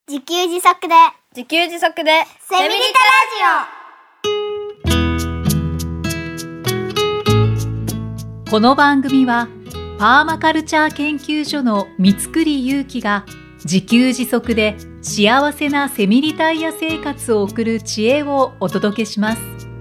自給自足でセミリタラジオ。この番組はパーマカルチャー研究所の三栗祐希が自給自足で幸せなセミリタイヤ生活を送る知恵をお届けします。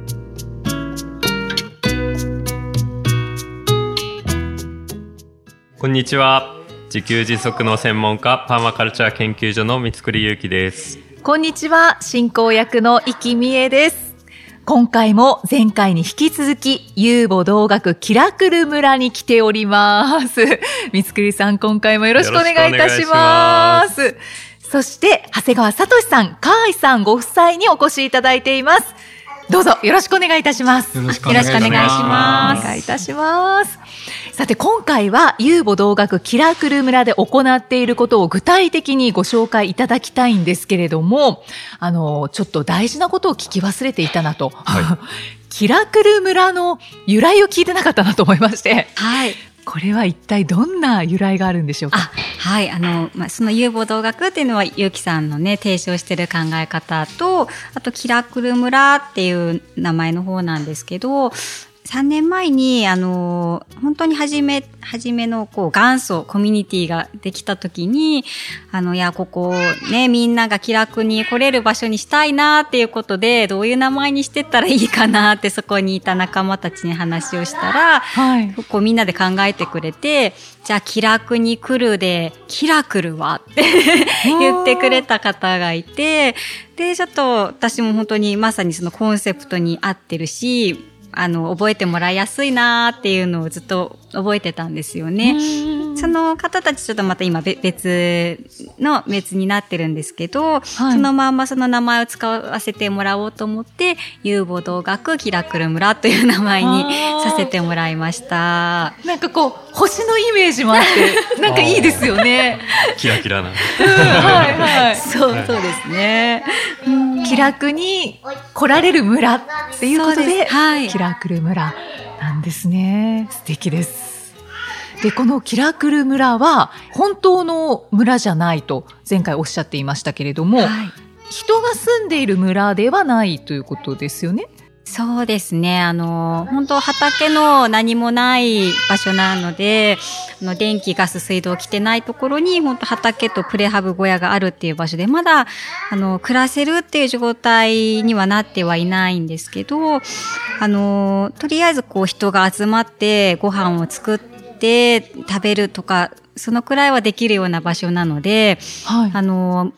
こんにちは。自給自足の専門家パーマカルチャー研究所の三栗祐希です。 こんにちは、進行役の生きみえです。今回も前回に引き続き遊母同学キラクル村に来ております。三栗さん、今回もよろしくお願いいたします。そして長谷川聡さん、河合さんご夫妻にお越しいただいています。どうぞよろしくお願いいたします。 よろしくお願いします。 お願いいたします。さて今回は遊母同学キラクル村で行っていることを具体的にご紹介いただきたいんですけれども、ちょっと大事なことを聞き忘れていたなと、はい、キラクル村の由来を聞いてなかったなと思いまして、はい、これは一体どんな由来があるんでしょうか。 はい、その遊母同学っていうのはゆうきさんのね提唱している考え方と、あとキラクル村っていう名前の方なんですけど、3年前に本当に初めの元祖コミュニティができた時にいやここねみんなが気楽に来れる場所にしたいなっていうことで、どういう名前にしてったらいいかなってそこにいた仲間たちに話をしたら、はい、みんなで考えてくれて、じゃあ気楽に来るでキラクルはって言ってくれた方がいて、でちょっと私も本当にまさにそのコンセプトに合ってるし、覚えてもらいやすいなーっていうのをずっと覚えてたんですよね。その方たちちょっとまた今別になってるんですけど、はい、そのまんまその名前を使わせてもらおうと思って遊母同学キラクル村という名前にさせてもらいました。 なんか星のイメージもあってなんかいいですよね。 キラキラな、 はいはい、 そうですね。 気楽に来られる村っていうことで、はい、キラクル村なんですね。素敵です。でこのキラクル村は本当の村じゃないと前回おっしゃっていましたけれども、はい、人が住んでいる村ではないということですよね。 そうですね。本当畑の何もない場所なので、電気、ガス、水道来てないところに、本当畑とプレハブ小屋があるっていう場所で、まだ、暮らせるっていう状態にはなってはいないんですけど、とりあえず人が集まってご飯を作って食べるとか、そのくらいはできるような場所なので、はい、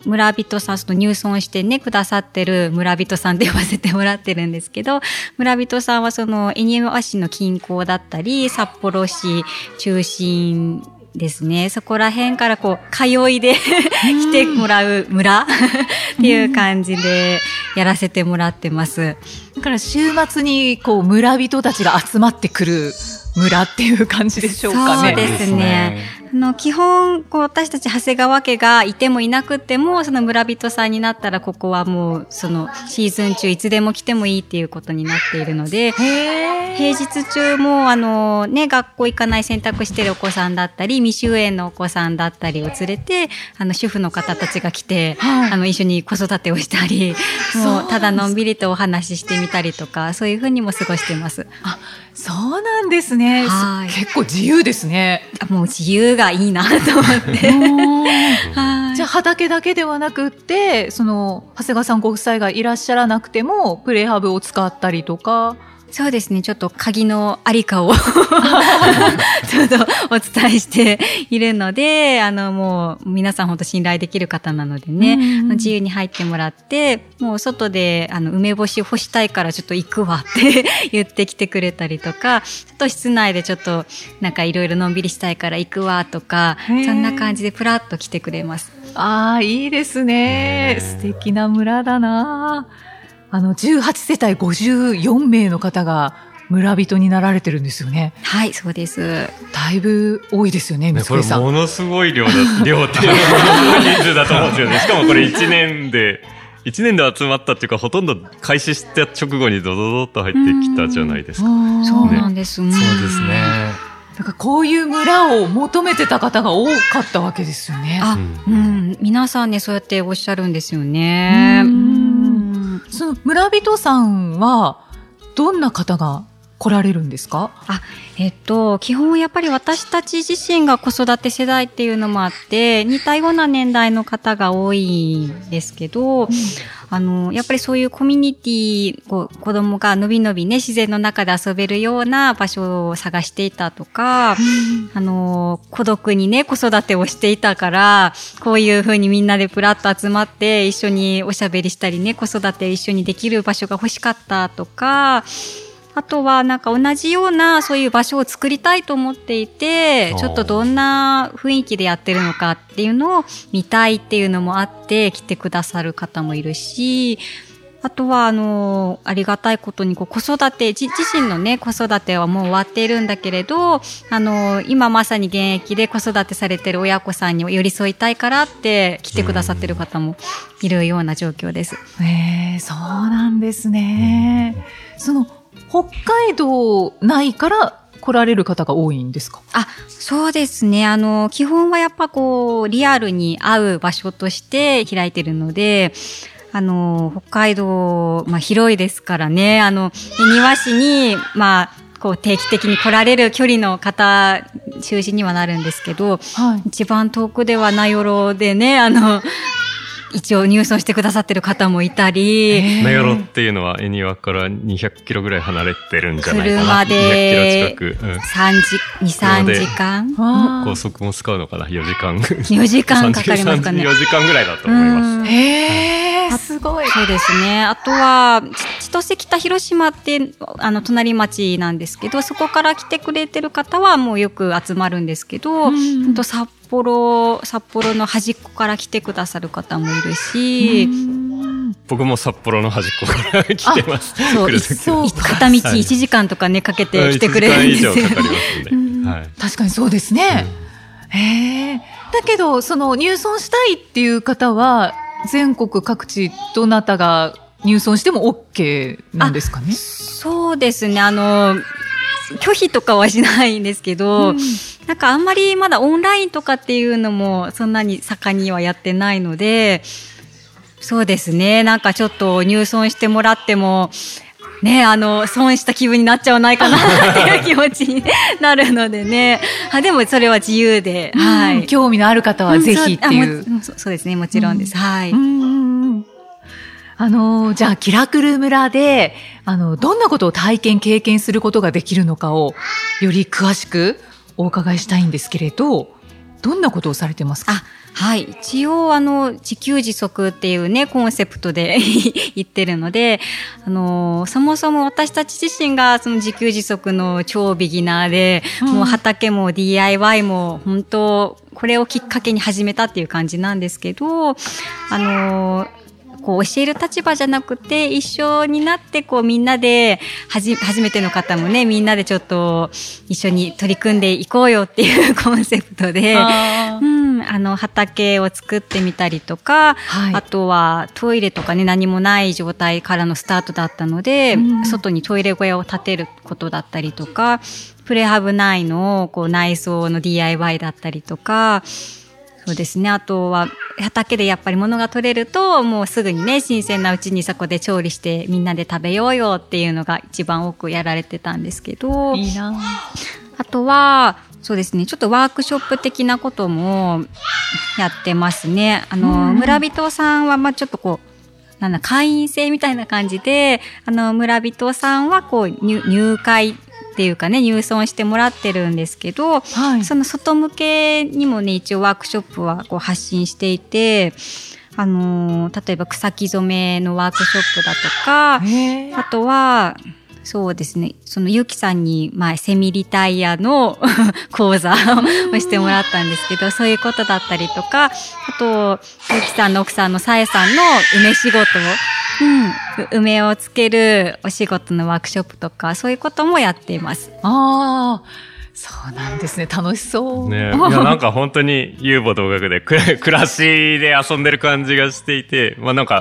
村人さん、その入村してね、くださってる村人さんって呼ばせてもらってるんですけど、村人さんはその、恵庭市の近郊だったり、札幌市中心ですね。そこら辺から通いで来てもらう村っていう感じでやらせてもらってます。 だから週末に村人たちが集まってくる村っていう感じでしょうかね。 そうですね。基本私たち長谷川家がいてもいなくても、その村人さんになったらここはもうそのシーズン中いつでも来てもいいっていうことになっているので、平日中も学校行かない選択してるお子さんだったり、未就園のお子さんだったりを連れて主婦の方たちが来て、はい、一緒に子育てをしたり、もうただのんびりとお話ししてみたりとか、そういうふうにも過ごしてます。 あ、そうなんですね。結構自由ですね。 もう自由がいいなと思ってじゃあ畑だけではなくって、長谷川さんご夫妻がいらっしゃらなくてもプレハブを使ったりとか。 そうですね。ちょっと鍵のありかをちょっとお伝えしているので、もう皆さん本当信頼できる方なのでね、自由に入ってもらって、もう外で梅干し干したいからちょっと行くわって言ってきてくれたりとか、ちょっと室内でちょっとなんかいろいろのんびりしたいから行くわとか、そんな感じでプラッと来てくれます。 ああ、いいですね。素敵な村だな。18世帯54名の方が村人になられてるんですよね。 はい、そうです。 だいぶ多いですよね、三栗さん。 これものすごい量っていう人数だと思うんですよね。しかもこれ1年で集まったっていうか、ほとんど開始した直後にドドドッと入ってきたじゃないですか。 そうなんです。 そうですね。 だからこういう村を求めてた方が多かったわけですよね。 皆さんねそうやっておっしゃるんですよね。 その村人さんはどんな方が来られるんですか？ 基本やっぱり私たち自身が子育て世代っていうのもあって似たような年代の方が多いんですけど、やっぱりそういうコミュニティ子供がのびのびね自然の中で遊べるような場所を探していたとか、孤独にね子育てをしていたからこういうふうにみんなでプラッと集まって一緒におしゃべりしたりね子育て一緒にできる場所が欲しかったとか、あとはなんか同じようなそういう場所を作りたいと思っていて、ちょっとどんな雰囲気でやってるのかっていうのを見たいっていうのもあって来てくださる方もいるし、あとはありがたいことに子育て自身のね子育てはもう終わっているんだけれど、今まさに現役で子育てされてる親子さんに寄り添いたいからって来てくださってる方もいるような状況です。 そうなんですね。その北海道内から来られる方が多いんですか？ そうですね。基本はやっぱリアルに会う場所として開いてるので、北海道、広いですからね、恵庭市に、定期的に来られる距離の方中心にはなるんですけど、一番遠くでは名寄でね、一応入村してくださってる方もいたり。 名寄っていうのは恵庭から200キロぐらい離れてるんじゃないかな。 車で 200キロ近く。 3時間高速も使うのかな ?4 時間。 4時間かかりますかね。 4時間ぐらいだと思います。 すごい。 そうですね。あとは、千歳北広島って、隣町なんですけど、そこから来てくれてる方はもうよく集まるんですけど、札幌の端っこから来てくださる方もいるし、 僕も札幌の端っこから来てます。 片道1時間とかね、かけて来てくれるんですよ。 1時間以上かかりますんで。 確かにそうですね。だけど、入村したいっていう方は、全国各地どなたが入村しても OK なんですかね？ そうですね。拒否とかはしないんですけど、なんかあんまりまだオンラインとかっていうのもそんなに盛んにはやってないので、そうですね。なんかちょっと入村してもらっても、ね、損した気分になっちゃわないかなっていう気持ちになるのでね。でもそれは自由で、 興味のある方はぜひっていう。 そうですね、もちろんです。 じゃあ、キラクル村で、どんなことを体験、経験することができるのかを、より詳しくお伺いしたいんですけれど、どんなことをされてますか？ 一応、自給自足っていうね、コンセプトで言ってるので、そもそも私たち自身がその自給自足の超ビギナーで、もう畑も DIY も本当、これをきっかけに始めたっていう感じなんですけど、教える立場じゃなくて一緒になってみんなで初めての方もねみんなでちょっと一緒に取り組んでいこうよっていうコンセプトで、畑を作ってみたりとか、あとはトイレとかね何もない状態からのスタートだったので、外にトイレ小屋を建てることだったりとか、プレハブ内の内装の DIY だったりとか、そうですね。あとは畑でやっぱり物が取れるともうすぐにね新鮮なうちにそこで調理してみんなで食べようよっていうのが一番多くやられてたんですけど、 いいな。 あとはそうですね、ちょっとワークショップ的なこともやってますね。村人さんはちょっと会員制みたいな感じで、村人さんは入会っていうかね入村してもらってるんですけど、その外向けにもね一応ワークショップは発信していて、例えば草木染めのワークショップだとか、あとはそうですね、そのゆきさんにセミリタイヤの講座をしてもらったんですけど、そういうことだったりとか、あとゆきさんの奥さんのさえさんの梅仕事梅をつけるお仕事のワークショップとかそういうこともやっています。 そうなんですね。楽しそうね。いやなんか本当に遊母同学で暮らしで遊んでる感じがしていて、なんか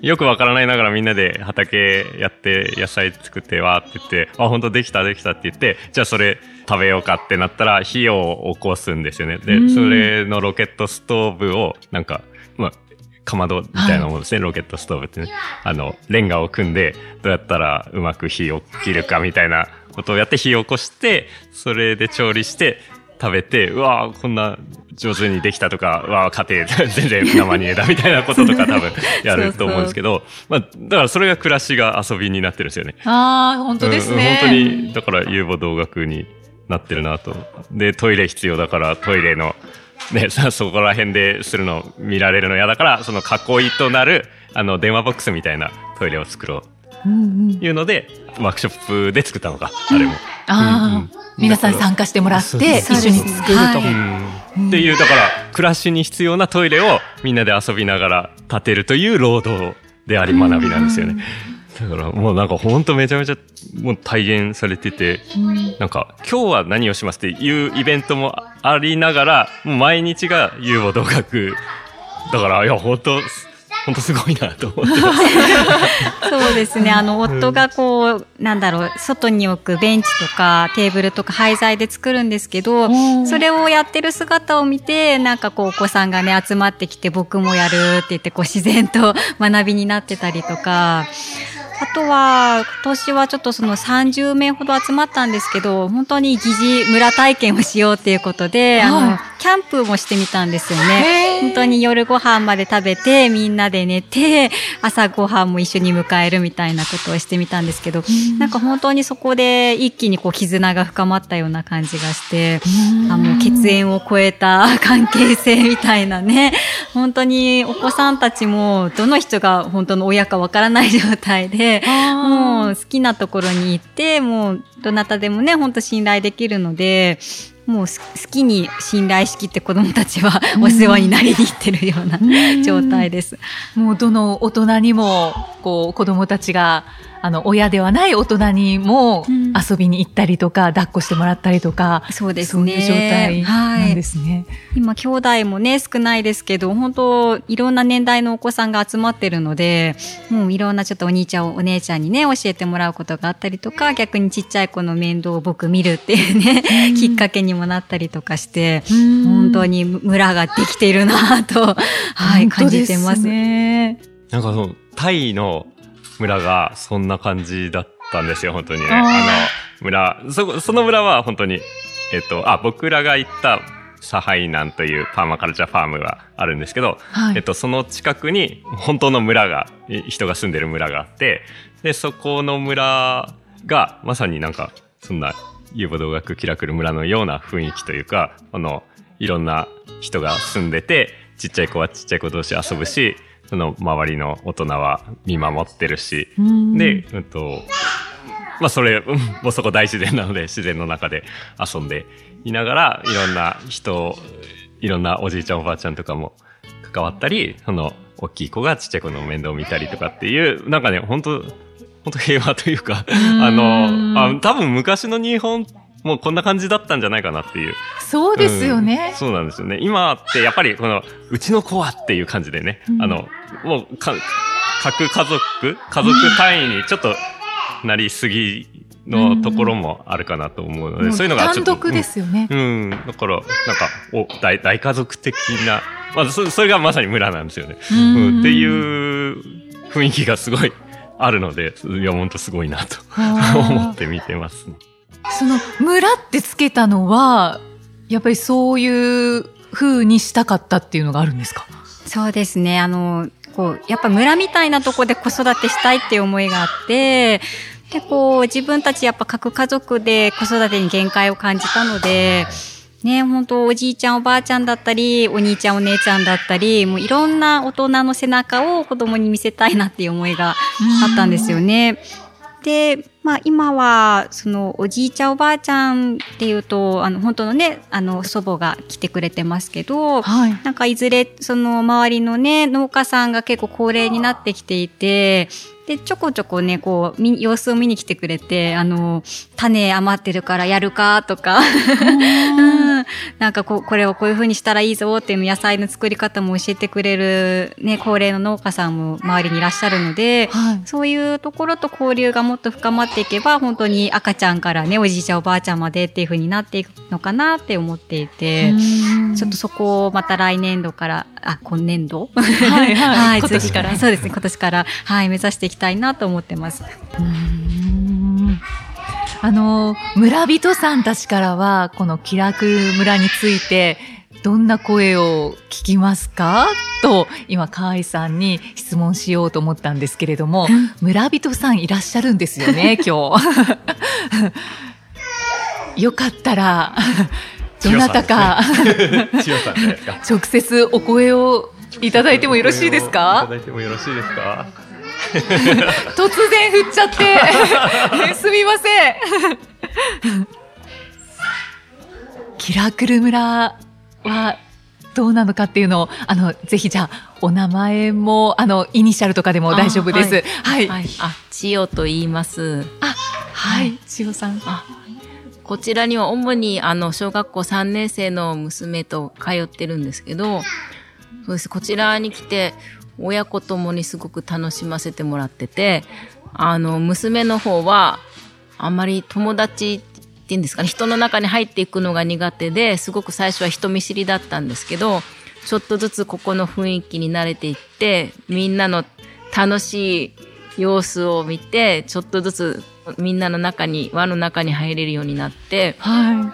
よくわからないながらみんなで畑やって野菜作ってわーって言って、あ、本当できたって言って、じゃあそれ食べようかってなったら火を起こすんですよね。で、それのロケットストーブをなんか、まあ、かまどみたいなものですね、ロケットストーブってね。レンガを組んで、どうやったらうまく火を切るかみたいなことをやって火を起こして、それで調理して、食べて、うわーこんな上手にできたとか、うわー家庭全然生煮えだみたいなこととか多分やると思うんですけど、まあ、だからそれが暮らしが遊びになってるんですよね。 ああ、本当ですね。 本当に、だから遊母同学になってるなと。で、トイレ必要だからトイレの、ね、そこら辺でするの見られるの嫌だから、その囲いとなる、電話ボックスみたいなトイレを作ろう。いうので、ワークショップで作ったのか、あれも。 皆さん参加してもらって、一緒に作ると。 っていう、だから、暮らしに必要なトイレをみんなで遊びながら建てるという労働であり学びなんですよね。だからもうなんかほんとめちゃめちゃもう体現されてて、なんか今日は何をしますっていうイベントもありながら、もう毎日が遊母同学。だから、いや、本当すごいなと思ってます。 そうですね。夫がこう、なんだろう、外に置くベンチとかテーブルとか廃材で作るんですけど、それをやってる姿を見て、なんかこうお子さんがね、集まってきて僕もやるって言って、こう自然と学びになってたりとか、あとは、今年はちょっとその30名ほど集まったんですけど、本当に疑似村体験をしようっていうことで、キャンプもしてみたんですよね。本当に夜ご飯まで食べて、みんなで寝て、朝ご飯も一緒に迎えるみたいなことをしてみたんですけど、なんか本当にそこで一気にこう絆が深まったような感じがして、もう血縁を超えた関係性みたいなね、本当にお子さんたちもどの人が本当の親かわからない状態で、もう好きなところに行って、もうどなたでもね、本当信頼できるので、もう好きに信頼しきって子どもたちはお世話になりに行ってるような状態です。 もうどの大人にもこう子どもたちが親ではない大人にも遊びに行ったりとか、抱っこしてもらったりとか、 そうですね。 そういう状態なんですね。 今兄弟もね少ないですけど、本当いろんな年代のお子さんが集まってるので、もういろんなちょっとお兄ちゃんお姉ちゃんにね教えてもらうことがあったりとか、逆にちっちゃい子の面倒を僕見るっていうねきっかけにもなったりとかして、本当に村ができているなと、はい、感じてます。 ね、 なんかタイの村がそんな感じだったんですよ、本当にね。その村は本当に、僕らが行ったサハイナンというパーマカルチャーファームがあるんですけど、はい、その近くに本当の村が、人が住んでる村があって、で、そこの村がまさになんか、そんな遊母同学キラクル村のような雰囲気というか、いろんな人が住んでて、ちっちゃい子はちっちゃい子同士遊ぶし、その周りの大人は見守ってるし、で、まあそれ、もうそこ大自然なので自然の中で遊んでいながら、いろんな人、いろんなおじいちゃんおばあちゃんとかも関わったり、大きい子がちっちゃい子の面倒を見たりとかっていう、なんかね、本当平和というか、多分昔の日本もうこんな感じだったんじゃないかなっていう。 そうですよね。 そうなんですよね。今ってやっぱりうちの子はっていう感じでね、もう各家族単位にちょっとなりすぎのところもあるかなと思うので、そういうのがちょっと。 単独ですよね。 だから、なんか、大家族的な、まあそれがまさに村なんですよね。っていう雰囲気がすごいあるので、いや、ほんとすごいなと思って見てますね。 その村ってつけたのはやっぱりそういう風にしたかったっていうのがあるんですか？ そうですね。やっぱ村みたいなとこで子育てしたいっていう思いがあって、で自分たちやっぱ各家族で子育てに限界を感じたので、ね、本当おじいちゃんおばあちゃんだったり、お兄ちゃんお姉ちゃんだったり、もういろんな大人の背中を子供に見せたいなっていう思いがあったんですよね。で、 今は、おじいちゃんおばあちゃんっていうと、本当のね、祖母が来てくれてますけど、 はい。 なんかいずれ、周りのね、農家さんが結構高齢になってきていて、で、ちょこちょこね、こう、様子を見に来てくれて、種余ってるからやるかとか、なんかこれをこういう風にしたらいいぞっていう野菜の作り方も教えてくれる、ね、高齢の農家さんも周りにいらっしゃるので、 はい。 そういうところと交流がもっと深まっていけば、本当に赤ちゃんからね、おじいちゃんおばあちゃんまでっていう風になっていくのかなって思っていて、ちょっとそこをまた来年度から、今年度はいはい。今年から。 そうですね、今年から、はい、目指していきたいなと思ってます。 村人さんたちからは、この気楽村について、どんな声を聞きますかと、今、河合さんに質問しようと思ったんですけれども、村人さんいらっしゃるんですよね、今日。よかったら、どなたか、直接お声をいただいてもよろしいですか？ いただいてもよろしいですか？ 突然振っちゃってすみません。キラクル村はどうなのかっていうのをぜひじゃあお名前もイニシャルとかでも大丈夫です。はい。 千代と言います。 はい、千代さん。 こちらには主に小学校3年生の娘と通ってるんですけど、そうです。こちらに来て親子ともにすごく楽しませてもらってて、娘の方はあんまり友達っていうんですかね、人の中に入っていくのが苦手で、すごく最初は人見知りだったんですけど、ちょっとずつここの雰囲気に慣れていって、みんなの楽しい様子を見て、ちょっとずつみんなの中に、輪の中に入れるようになって、 はい。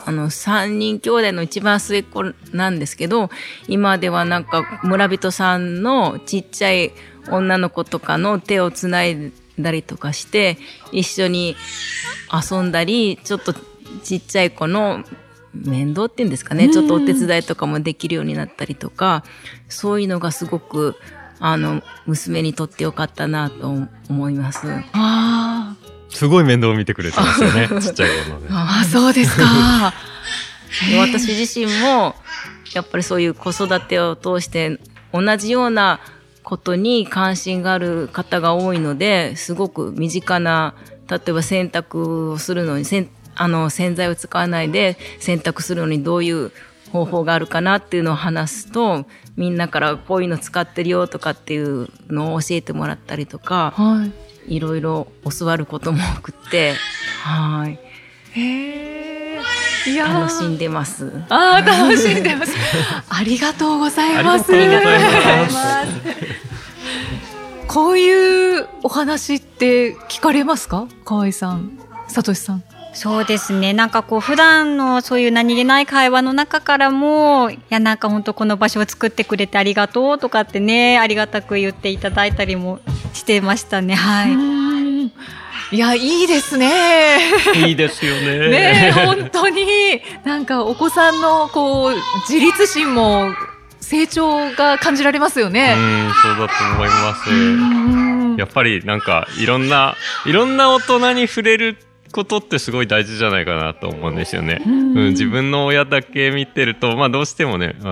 3人兄弟の一番末っ子なんですけど、今ではなんか村人さんのちっちゃい女の子とかの手をつないだりとかして、一緒に遊んだり、ちょっとちっちゃい子の面倒っていうんですかね、ちょっとお手伝いとかもできるようになったりとか、そういうのがすごく、娘にとってよかったなと思います。 すごい面倒を見てくれてますよね。ちっちゃい子のね。 そうですか。 で私自身も、やっぱりそういう子育てを通して、同じようなことに関心がある方が多いので、すごく身近な、例えば洗濯をするのに、洗剤を使わないで洗濯するのにどういう方法があるかなっていうのを話すと、みんなからこういうの使ってるよとかっていうのを教えてもらったりとか、いろいろ教わることも多くて、はい。いや楽しんでます。 楽しんでます。ありがとうございます。ありがとうございます。こういうお話って聞かれますか？河合さん、さとしさん。 そうですね。なんかこう普段のそういう何気ない会話の中からも、いやなんか本当この場所を作ってくれてありがとうとかってね、ありがたく言っていただいたりもしてましたね。はい。 いや、いいですね。 いいですよね。 ね、本当になんかお子さんのこう自立心も成長が感じられますよね。 そうだと思います。やっぱりなんかいろんな大人に触れることってすごい大事じゃないかなと思うんですよね。自分の親だけ見てると、どうしてもね、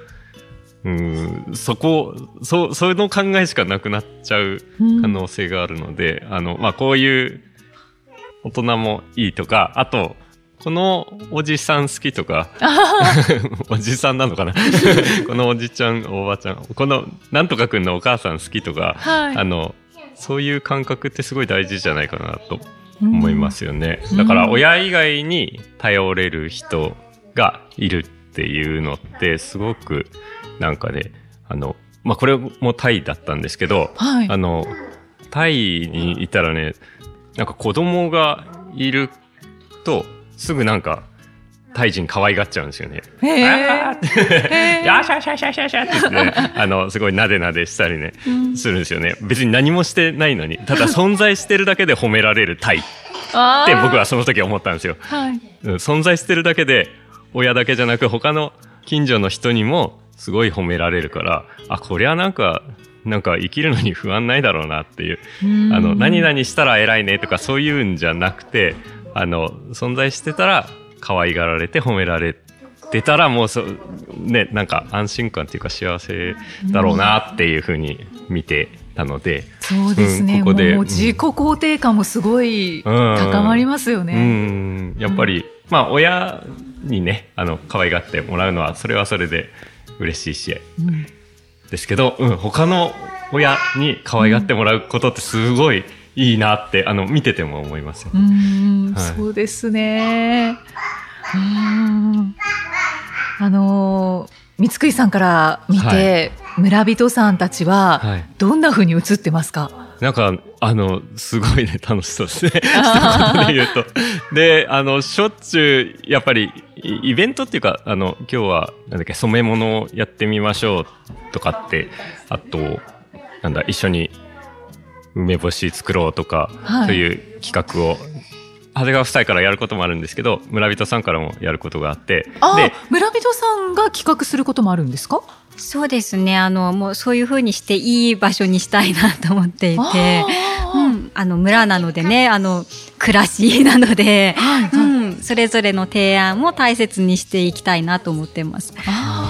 その考えしかなくなっちゃう可能性があるので、こういう大人もいいとか、あと、このおじさん好きとか、おじさんなのかなこのおじちゃん、おばちゃん、このなんとかくんのお母さん好きとか、そういう感覚ってすごい大事じゃないかなと思いますよね。だから親以外に頼れる人がいるっていうのってすごくなんかね、これもタイだったんですけど、タイにいたらね、なんか子供がいるとすぐなんかタイ人可愛がっちゃうんですよね。やしゃしゃしゃしゃしゃって言ってね、すごいなでなでしたりね、するんですよね。別に何もしてないのに、ただ存在してるだけで褒められるタイって僕はその時思ったんですよ。存在してるだけで親だけじゃなく他の近所の人にもすごい褒められるから、こりゃなんかなんか生きるのに不安ないだろうなっていう、何々したら偉いねとかそういうんじゃなくて、存在してたら可愛がられて褒められてたらもうね、なんか安心感っていうか幸せだろうなっていうふうに見てたので、 そうですね、 ここでもう自己肯定感もすごい高まりますよね。 やっぱり、まあ親にね可愛がってもらうのはそれはそれで嬉しいし、ですけど、他の親に可愛がってもらうことってすごいいいなって見てても思いますよ。 そうですね。三栗さんから見て、村人さんたちはどんな風に映ってますか？ なんかすごいね楽しそうですね。一言で言うと。でしょっちゅうやっぱりイベントっていうか今日はなんだっけ染め物をやってみましょうとかって、あと一緒に梅干し作ろうとか、そういう企画を長谷川夫妻からやることもあるんですけど、村人さんからもやることがあって、 で村人さんが企画することもあるんですか？ そうですね、もうそういう風にしていい場所にしたいなと思っていて、村なのでね、暮らしなので、それぞれの提案も大切にしていきたいなと思ってます。 ね、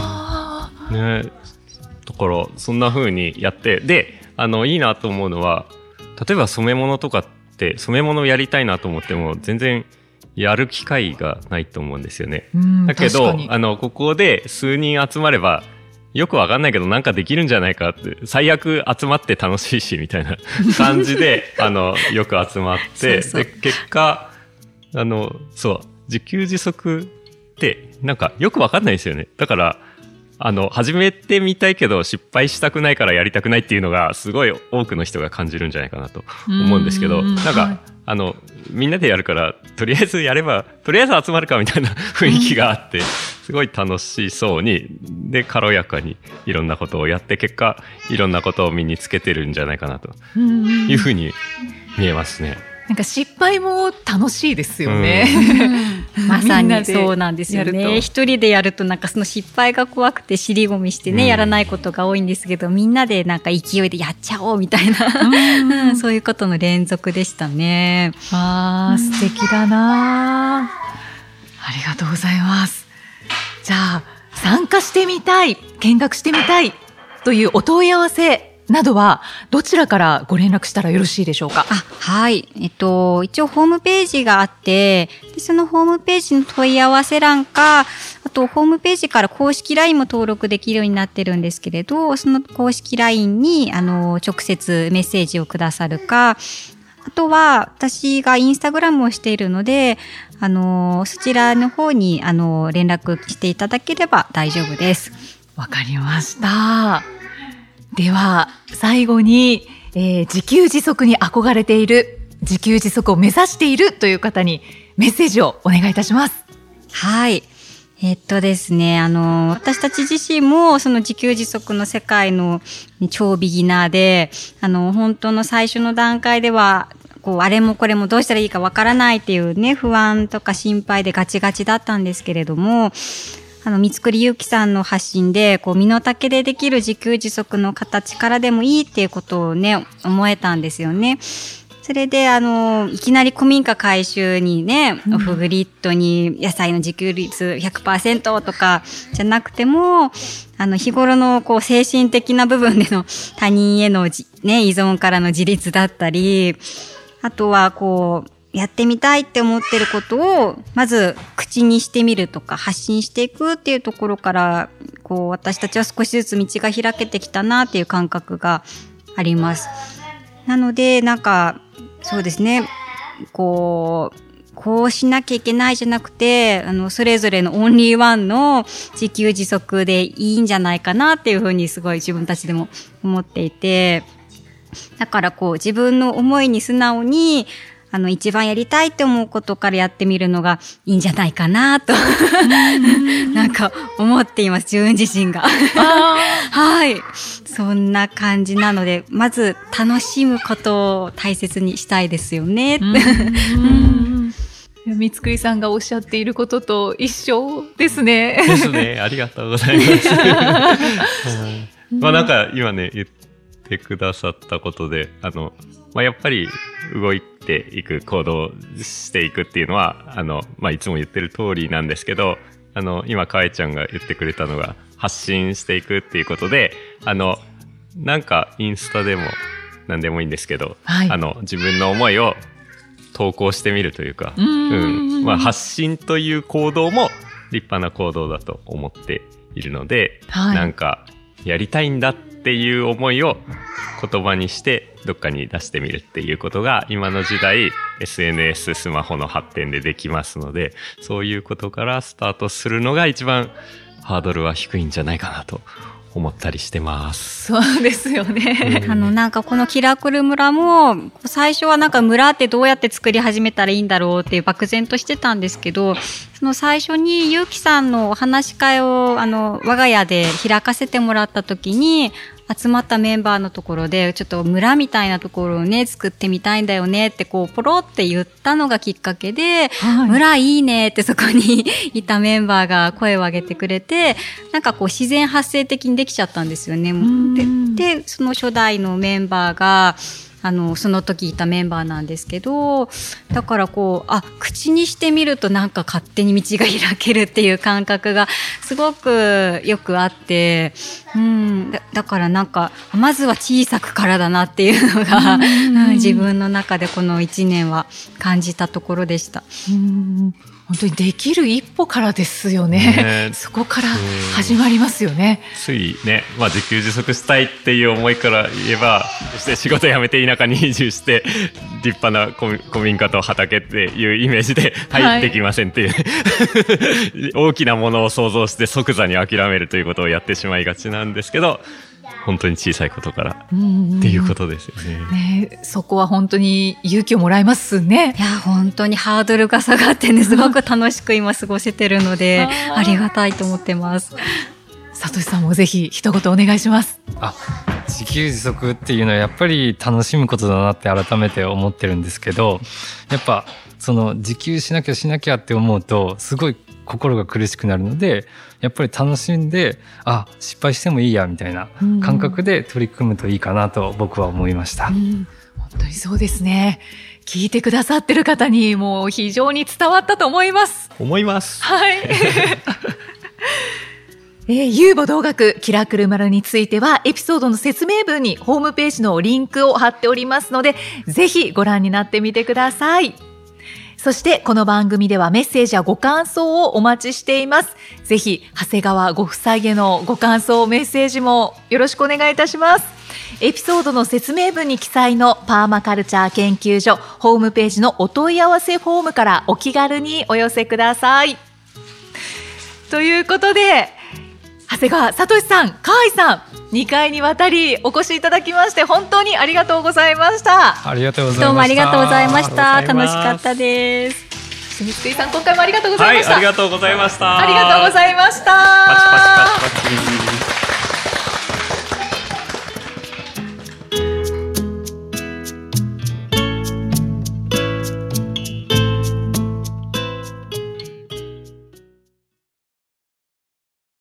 だからそんな風にやって、でいいなと思うのは、例えば染め物とかって染め物をやりたいなと思っても全然やる機会がないと思うんですよね。だけどここで数人集まればよくわかんないけどなんかできるんじゃないかって、最悪集まって楽しいしみたいな感じでよく集まってで結果そう自給自足ってなんかよくわかんないですよね。だから始めてみたいけど失敗したくないからやりたくないっていうのがすごい多くの人が感じるんじゃないかなと思うんですけど、なんかみんなでやるからとりあえずやればとりあえず集まるかみたいな雰囲気があって、すごい楽しそうにで軽やかにいろんなことをやって、結果いろんなことを身につけてるんじゃないかなというふうに見えますね。 なんか失敗も楽しいですよね。 まさにそうなんですよね。一人でやるとなんかその失敗が怖くて尻込みしてね、やらないことが多いんですけど、みんなでなんか勢いでやっちゃおうみたいな、そういうことの連続でしたね。 素敵だな。ありがとうございます。じゃあ参加してみたい、見学してみたいというお問い合わせなどはどちらからご連絡したらよろしいでしょうか？ はい。一応ホームページがあって、でそのホームページの問い合わせ欄か、あとホームページから公式 LINE も登録できるようになってるんですけれど、その公式 LINE に直接メッセージをくださるか、あとは私がインスタグラムをしているので、そちらの方に連絡していただければ大丈夫です。 わかりました。では最後に、自給自足に憧れている、自給自足を目指しているという方にメッセージをお願いいたします。 はい。ですね、私たち自身もその自給自足の世界の超ビギナーで、本当の最初の段階ではあれもこれもどうしたらいいかわからないっていうね、不安とか心配でガチガチだったんですけれども、三栗ゆうきさんの発信で、身の丈でできる自給自足の形からでもいいっていうことをね、思えたんですよね。それで、いきなり古民家改修にね、オフグリッドに野菜の自給率 100% とかじゃなくても、日頃の精神的な部分での他人へのね、依存からの自立だったり、あとはやってみたいって思ってることをまず口にしてみるとか発信していくっていうところから私たちは少しずつ道が開けてきたなっていう感覚があります。なのでなんかそうですね、こうしなきゃいけないじゃなくてそれぞれのオンリーワンの自給自足でいいんじゃないかなっていうふうにすごい自分たちでも思っていて、だから自分の思いに素直に一番やりたいって思うことからやってみるのがいいんじゃないかなとなんか思っています、自分自身がはい、そんな感じなので、まず楽しむことを大切にしたいですよね三栗さんがおっしゃっていることと一緒ですね。 ですね、ありがとうございますまあなんか今ね言っててくださったことで、やっぱり動いていく、行動していくっていうのは、いつも言ってる通りなんですけど、今、かえちゃんが言ってくれたのが、発信していくっていうことで、なんかインスタでも何でもいいんですけど、 はい、 自分の思いを投稿してみるというか、発信という行動も立派な行動だと思っているので、はい、なんかやりたいんだっていう思いを言葉にしてどっかに出してみるっていうことが今の時代 SNS スマホの発展でできますので、そういうことからスタートするのが一番ハードルは低いんじゃないかなと思ったりしてます。 そうですよね。 なんかこのキラクル村も最初はなんか村ってどうやって作り始めたらいいんだろうっていう漠然としてたんですけど、その最初にゆうきさんのお話し会を我が家で開かせてもらった時に集まったメンバーのところでちょっと村みたいなところをね作ってみたいんだよねってこうポロって言ったのがきっかけで、はい、村いいねってそこにいたメンバーが声を上げてくれて、なんかこう自然発生的にできちゃったんですよね。でその初代のメンバーがその時いたメンバーなんですけど、だからこう口にしてみるとなんか勝手に道が開けるっていう感覚がすごくよくあって、だからなんかまずは小さくからだなっていうのが、自分の中でこの1年は感じたところでした。 本当にできる一歩からですよね。そこから始まりますよね。 ついね、自給自足したいっていう思いから言えば、そして仕事辞めて田舎に移住して立派な古民家と畑っていうイメージで入ってきませんっていう、大きなものを想像して即座に諦めるということをやってしまいがちなんですけど、本当に小さいことからっていうことですよね。 そこは本当に勇気をもらえますね。 いや本当にハードルが下がってね、すごく楽しく今過ごせてるのでありがたいと思ってます。 さとしさんもぜひ一言お願いします。 自給自足っていうのはやっぱり楽しむことだなって改めて思ってるんですけど、やっぱその自給しなきゃって思うとすごい心が苦しくなるので、やっぱり楽しんで失敗してもいいやみたいな感覚で取り組むといいかなと僕は思いました。 本当にそうですね。聞いてくださってる方にもう非常に伝わったと思います。はい遊母同学キラクル丸についてはエピソードの説明文にホームページのリンクを貼っておりますので、ぜひご覧になってみてください。そしてこの番組ではメッセージやご感想をお待ちしています。ぜひ長谷川ご夫妻へのご感想メッセージもよろしくお願いいたします。エピソードの説明文に記載のパーマカルチャー研究所ホームページのお問い合わせフォームからお気軽にお寄せください。ということで長谷川聡さん、河合さん、2回にわたりお越しいただきまして本当にありがとうございました。 ありがとうございました。 どうもありがとうございました。楽しかったです。 清水さん、今回もありがとうございました。 ありがとうございました。 ありがとうございました。 パチパチパチパチ。